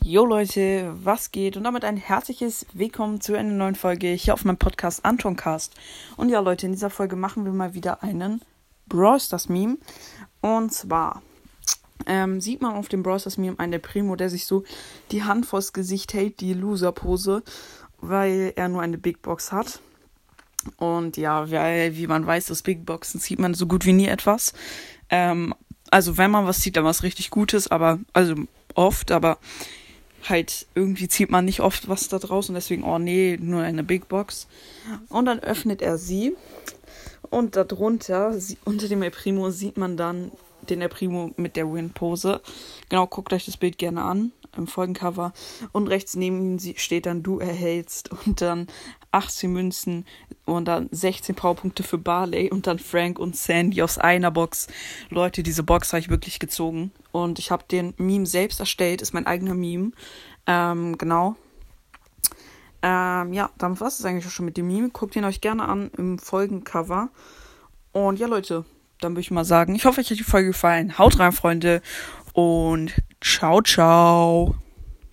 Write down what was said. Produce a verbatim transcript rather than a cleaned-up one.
Jo Leute, was geht? Und damit ein herzliches Willkommen zu einer neuen Folge hier auf meinem Podcast Antoncast. Und ja Leute, in dieser Folge machen wir mal wieder einen Brawl Stars Meme. Und zwar ähm, sieht man auf dem Brawl Stars Meme einen Primo, der sich so die Hand vors Gesicht hält, die Loser-Pose, weil er nur eine Big Box hat. Und ja, weil, wie man weiß, aus Big Boxen sieht man so gut wie nie etwas. Ähm, also wenn man was sieht, dann was richtig Gutes, aber, also oft, aber halt irgendwie zieht man nicht oft was da draus und deswegen, oh nee, nur eine Big Box. Und dann öffnet er sie und darunter, unter dem El Primo, sieht man dann den El Primo mit der Win-Pose. Genau, guckt euch das Bild gerne an im Folgencover. Und rechts neben ihm steht dann, du erhältst und dann achtzehn Münzen und dann sechzehn Powerpunkte für Barley und dann Frank und Sandy aus einer Box. Leute, diese Box habe ich wirklich gezogen. Und ich habe den Meme selbst erstellt, ist mein eigener Meme. Ähm, genau. Ähm, ja, dann war es eigentlich auch schon mit dem Meme. Guckt ihn euch gerne an im Folgencover. Und ja, Leute, dann würde ich mal sagen, ich hoffe, euch hat die Folge gefallen. Haut rein, Freunde. Und ciao, ciao.